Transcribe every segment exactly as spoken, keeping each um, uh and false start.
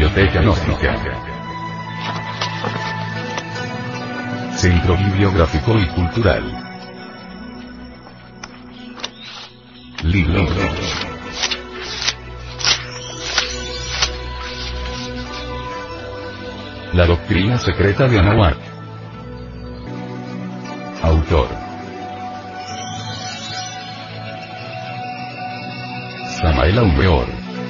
Biblioteca Gnóstica. Centro Bibliográfico y Cultural. Libros. La doctrina secreta de Anahuac. Autor: Samael Aumeor.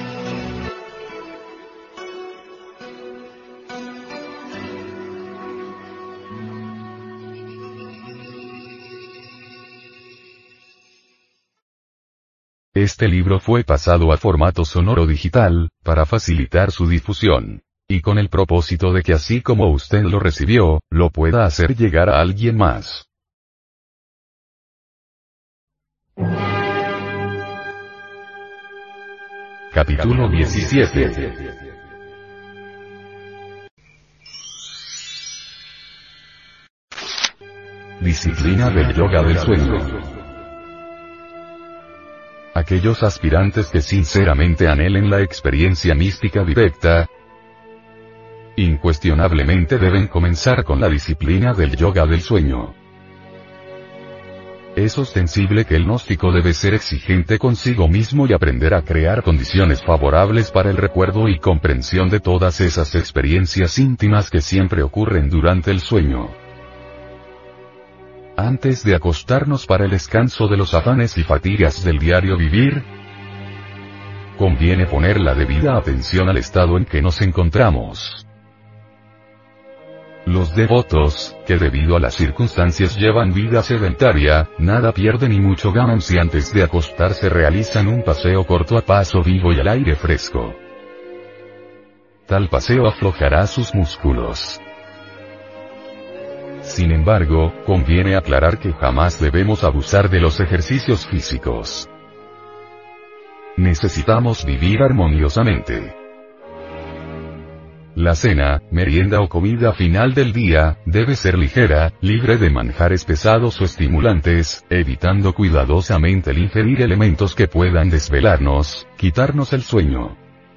Este libro fue pasado a formato sonoro digital, para facilitar su difusión. Y con el propósito de que así como usted lo recibió, lo pueda hacer llegar a alguien más. Capítulo diecisiete. Disciplina del yoga del sueño. Aquellos aspirantes que sinceramente anhelen la experiencia mística directa, incuestionablemente deben comenzar con la disciplina del yoga del sueño. Es ostensible que el gnóstico debe ser exigente consigo mismo y aprender a crear condiciones favorables para el recuerdo y comprensión de todas esas experiencias íntimas que siempre ocurren durante el sueño. Antes de acostarnos para el descanso de los afanes y fatigas del diario vivir, conviene poner la debida atención al estado en que nos encontramos. Los devotos, que debido a las circunstancias llevan vida sedentaria, nada pierden y mucho ganan si antes de acostarse realizan un paseo corto a paso vivo y al aire fresco. Tal paseo aflojará sus músculos. Sin embargo, conviene aclarar que jamás debemos abusar de los ejercicios físicos. Necesitamos vivir armoniosamente. La cena, merienda o comida final del día, debe ser ligera, libre de manjares pesados o estimulantes, evitando cuidadosamente el ingerir elementos que puedan desvelarnos, quitarnos el sueño.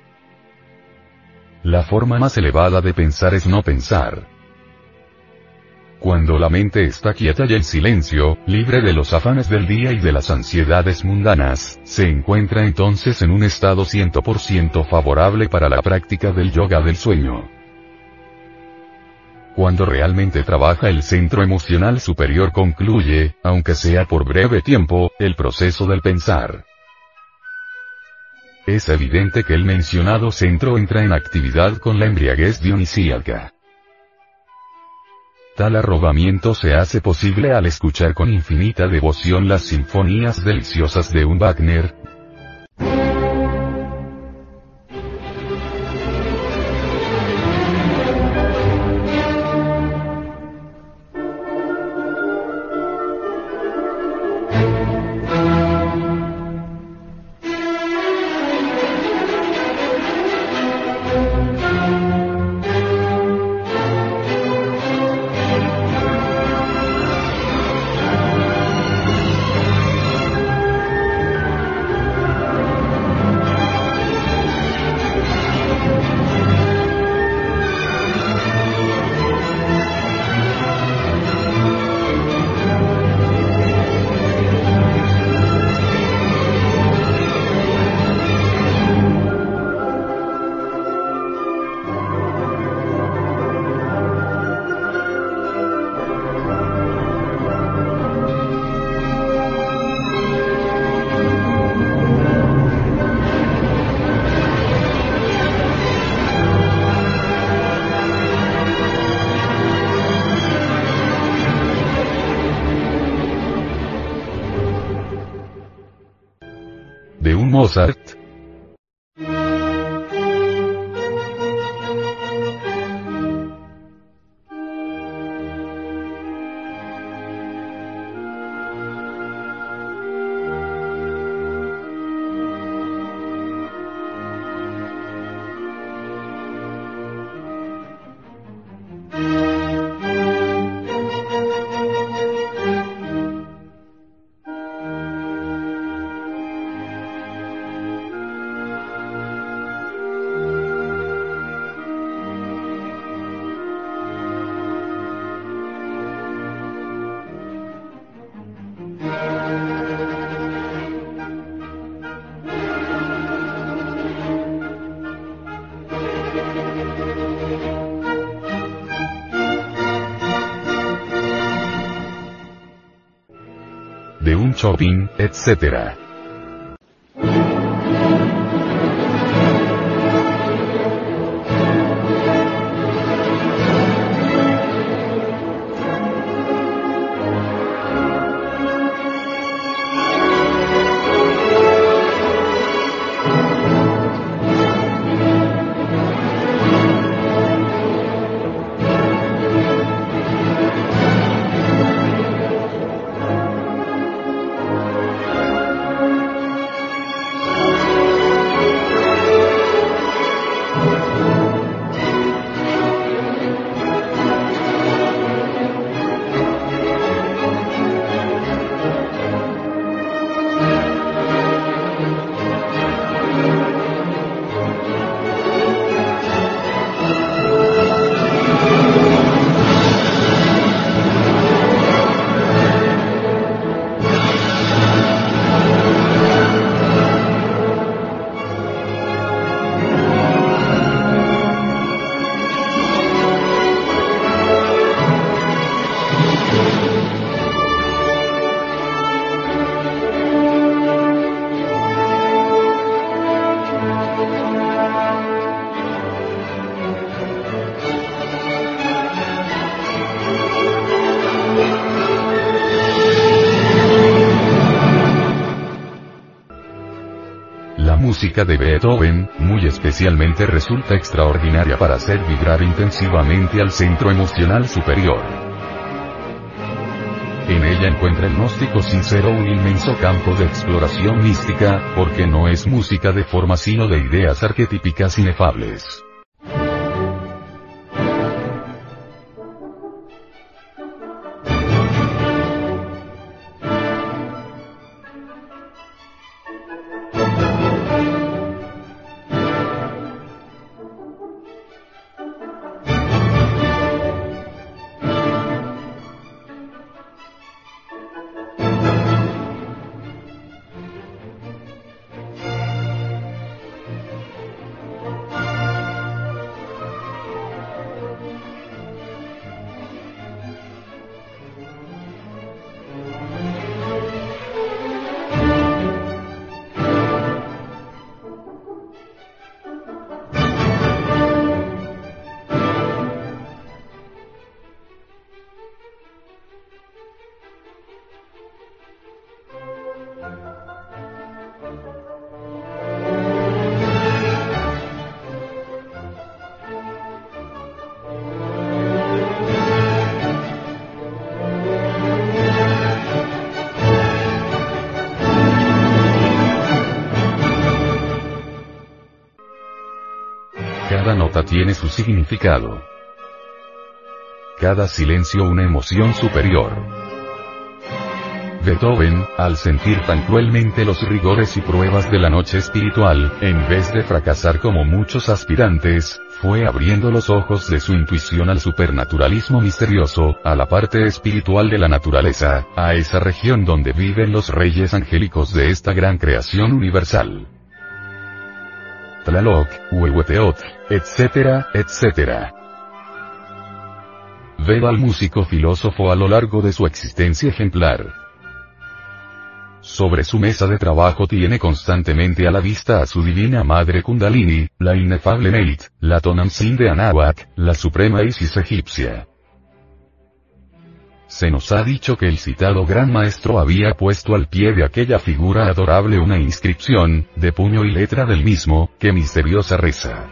La forma más elevada de pensar es no pensar. Cuando la mente está quieta y en silencio, libre de los afanes del día y de las ansiedades mundanas, se encuentra entonces en un estado cien por ciento favorable para la práctica del yoga del sueño. Cuando realmente trabaja el centro emocional superior concluye, aunque sea por breve tiempo, el proceso del pensar. Es evidente que el mencionado centro entra en actividad con la embriaguez dionisíaca. Tal arrobamiento se hace posible al escuchar con infinita devoción las sinfonías deliciosas de un Wagner. De un Mozart. de un Chopin, etcétera. La música de Beethoven, muy especialmente, resulta extraordinaria para hacer vibrar intensivamente al centro emocional superior. En ella encuentra el gnóstico sincero un inmenso campo de exploración mística, porque no es música de forma sino de ideas arquetípicas inefables. Cada nota tiene su significado. Cada silencio una emoción superior. Beethoven, al sentir tan cruelmente los rigores y pruebas de la noche espiritual, en vez de fracasar como muchos aspirantes, fue abriendo los ojos de su intuición al supernaturalismo misterioso, a la parte espiritual de la naturaleza, a esa región donde viven los reyes angélicos de esta gran creación universal. Tlaloc, Huehueteotl, etcétera, etcétera. Ve al músico filósofo a lo largo de su existencia ejemplar. Sobre su mesa de trabajo tiene constantemente a la vista a su divina madre Kundalini, la inefable Neit, la Tonantzin de Anáhuac, la suprema Isis egipcia. Se nos ha dicho que el citado gran maestro había puesto al pie de aquella figura adorable una inscripción, de puño y letra del mismo, que misteriosa reza: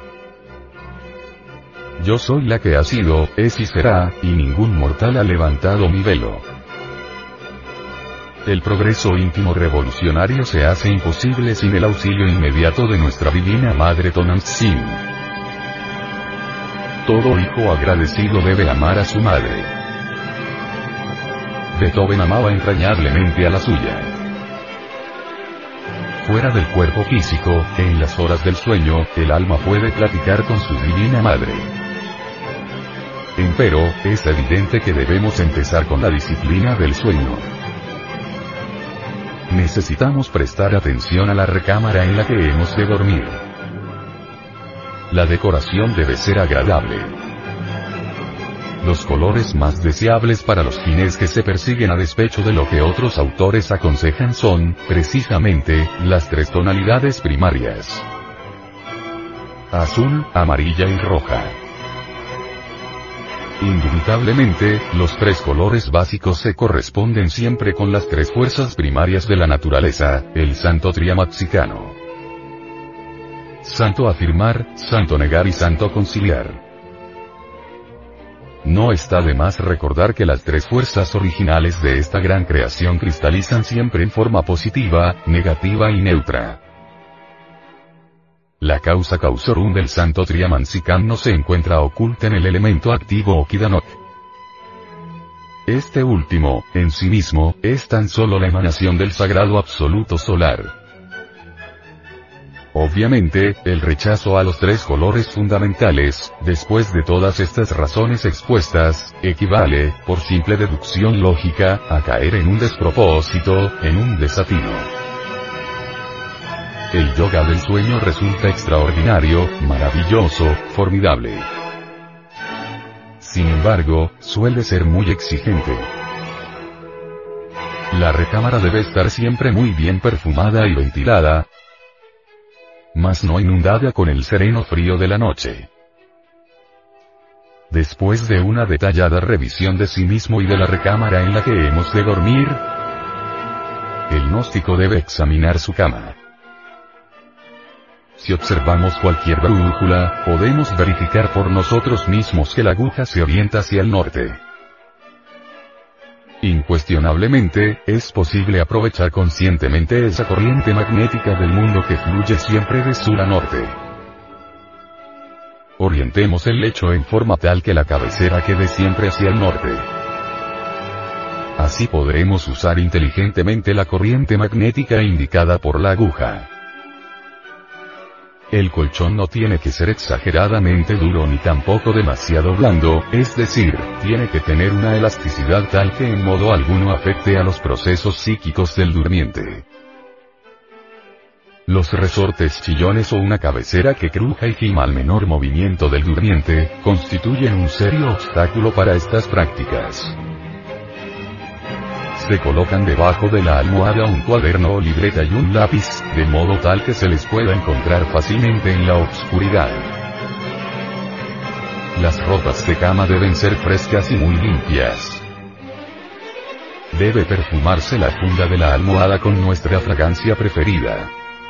Yo soy la que ha sido, es y será, y ningún mortal ha levantado mi velo. El progreso íntimo revolucionario se hace imposible sin el auxilio inmediato de nuestra divina madre Tonantzin. Todo hijo agradecido debe amar a su madre. Beethoven amaba entrañablemente a la suya. Fuera del cuerpo físico, en las horas del sueño, el alma puede platicar con su divina madre. Empero, es evidente que debemos empezar con la disciplina del sueño. Necesitamos prestar atención a la recámara en la que hemos de dormir. La decoración debe ser agradable. los colores más deseables para los fines que se persiguen a despecho de lo que otros autores aconsejan son, precisamente, las tres tonalidades primarias: azul, amarilla y roja. Indubitablemente, los tres colores básicos se corresponden siempre con las tres fuerzas primarias de la naturaleza, el santo triamaxicano: santo afirmar, santo negar y santo conciliar. No está de más recordar que las tres fuerzas originales de esta gran creación cristalizan siempre en forma positiva, negativa y neutra. La causa causorum del santo triamaxicano se encuentra oculta en el elemento activo Okidanok. Este último, en sí mismo, es tan solo la emanación del sagrado absoluto solar. Obviamente, el rechazo a los tres colores fundamentales, después de todas estas razones expuestas, equivale, por simple deducción lógica, a caer en un despropósito, en un desatino. El yoga del sueño resulta extraordinario, maravilloso, formidable. Sin embargo, suele ser muy exigente. La recámara debe estar siempre muy bien perfumada y ventilada, mas no inundada con el sereno frío de la noche. Después de una detallada revisión de sí mismo y de la recámara en la que hemos de dormir, el gnóstico debe examinar su cama. Si observamos cualquier brújula, podemos verificar por nosotros mismos que la aguja se orienta hacia el norte. Incuestionablemente, es posible aprovechar conscientemente esa corriente magnética del mundo que fluye siempre de sur a norte. Orientemos el lecho en forma tal que la cabecera quede siempre hacia el norte. Así podremos usar inteligentemente la corriente magnética indicada por la aguja. El colchón no tiene que ser exageradamente duro ni tampoco demasiado blando, es decir, tiene que tener una elasticidad tal que en modo alguno afecte a los procesos psíquicos del durmiente. Los resortes chillones o una cabecera que cruja y gima al menor movimiento del durmiente, constituyen un serio obstáculo para estas prácticas. Se colocan debajo de la almohada un cuaderno o libreta y un lápiz, de modo tal que se les pueda encontrar fácilmente en la oscuridad. Las ropas de cama deben ser frescas y muy limpias. Debe perfumarse la funda de la almohada con nuestra fragancia preferida.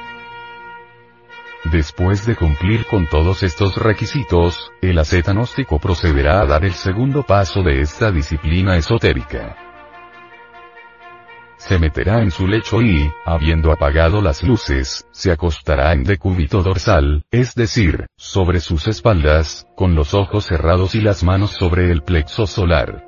Después de cumplir con todos estos requisitos, el asceta gnóstico procederá a dar el segundo paso de esta disciplina esotérica. Se meterá en su lecho y, habiendo apagado las luces, se acostará en decúbito dorsal, es decir, sobre sus espaldas, con los ojos cerrados y las manos sobre el plexo solar.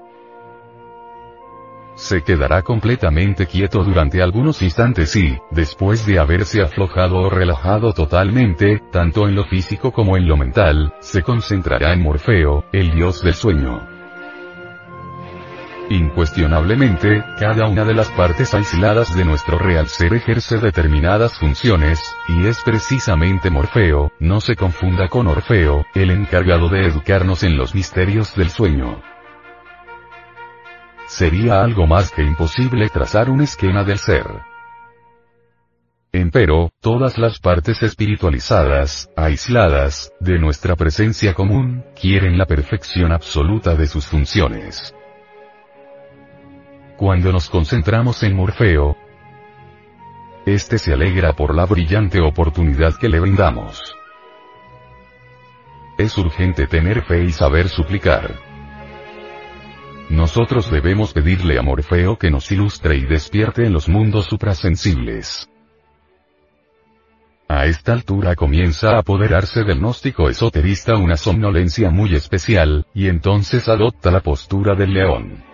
Se quedará completamente quieto durante algunos instantes y, después de haberse aflojado o relajado totalmente, tanto en lo físico como en lo mental, se concentrará en Morfeo, el dios del sueño. Incuestionablemente, cada una de las partes aisladas de nuestro real ser ejerce determinadas funciones, y es precisamente Morfeo, no se confunda con Orfeo, el encargado de educarnos en los misterios del sueño. Sería algo más que imposible trazar un esquema del ser. Empero, todas las partes espiritualizadas, aisladas, de nuestra presencia común, quieren la perfección absoluta de sus funciones. Cuando nos concentramos en Morfeo, este se alegra por la brillante oportunidad que le brindamos. Es urgente tener fe y saber suplicar. Nosotros debemos pedirle a Morfeo que nos ilustre y despierte en los mundos suprasensibles. A esta altura comienza a apoderarse del gnóstico esoterista una somnolencia muy especial, y entonces adopta la postura del león.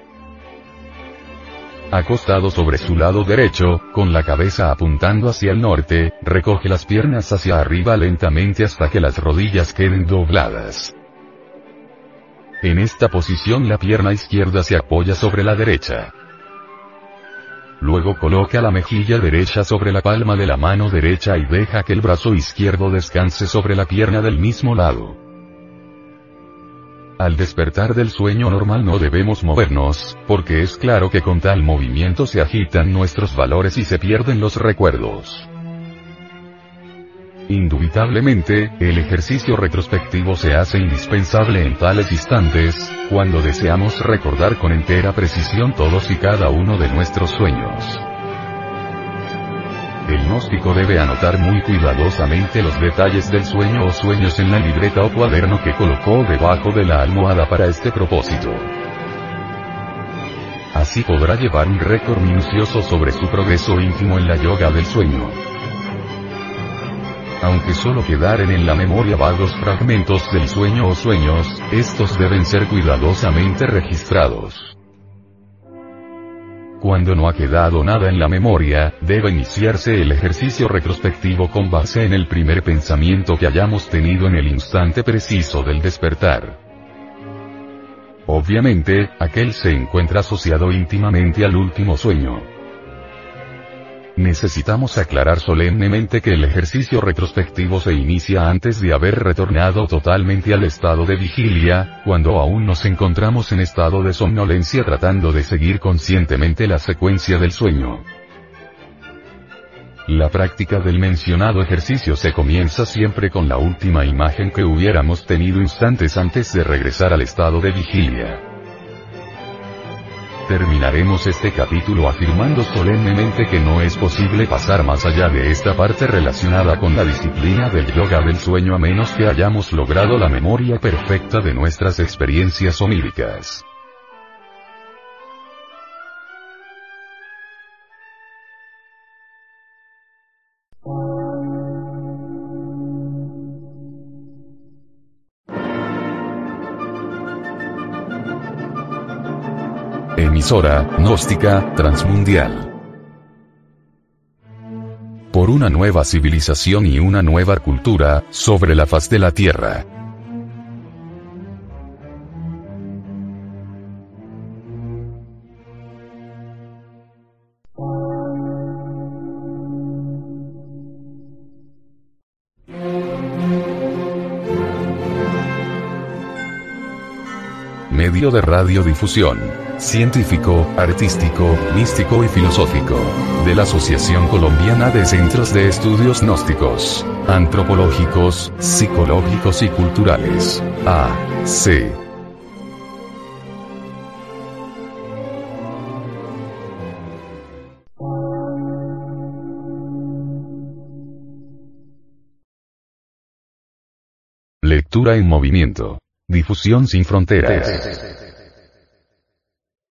Acostado sobre su lado derecho, con la cabeza apuntando hacia el norte, recoge las piernas hacia arriba lentamente hasta que las rodillas queden dobladas. En esta posición la pierna izquierda se apoya sobre la derecha. Luego coloca la mejilla derecha sobre la palma de la mano derecha y deja que el brazo izquierdo descanse sobre la pierna del mismo lado. Al despertar del sueño normal no debemos movernos, porque es claro que con tal movimiento se agitan nuestros valores y se pierden los recuerdos. Indubitablemente, el ejercicio retrospectivo se hace indispensable en tales instantes, cuando deseamos recordar con entera precisión todos y cada uno de nuestros sueños. El gnóstico debe anotar muy cuidadosamente los detalles del sueño o sueños en la libreta o cuaderno que colocó debajo de la almohada para este propósito. Así podrá llevar un récord minucioso sobre su progreso íntimo en la yoga del sueño. Aunque solo quedaren en la memoria vagos fragmentos del sueño o sueños, estos deben ser cuidadosamente registrados. Cuando no ha quedado nada en la memoria, debe iniciarse el ejercicio retrospectivo con base en el primer pensamiento que hayamos tenido en el instante preciso del despertar. Obviamente, aquel se encuentra asociado íntimamente al último sueño. Necesitamos aclarar solemnemente que el ejercicio retrospectivo se inicia antes de haber retornado totalmente al estado de vigilia, cuando aún nos encontramos en estado de somnolencia tratando de seguir conscientemente la secuencia del sueño. La práctica del mencionado ejercicio se comienza siempre con la última imagen que hubiéramos tenido instantes antes de regresar al estado de vigilia. Terminaremos este capítulo afirmando solemnemente que no es posible pasar más allá de esta parte relacionada con la disciplina del yoga del sueño a menos que hayamos logrado la memoria perfecta de nuestras experiencias oníricas. Emisora gnóstica transmundial. Por una nueva civilización y una nueva cultura sobre la faz de la Tierra. Medio de radiodifusión científico, artístico, místico y filosófico, de la Asociación Colombiana de Centros de Estudios Gnósticos, Antropológicos, Psicológicos y Culturales, A C Lectura en movimiento. Difusión sin fronteras.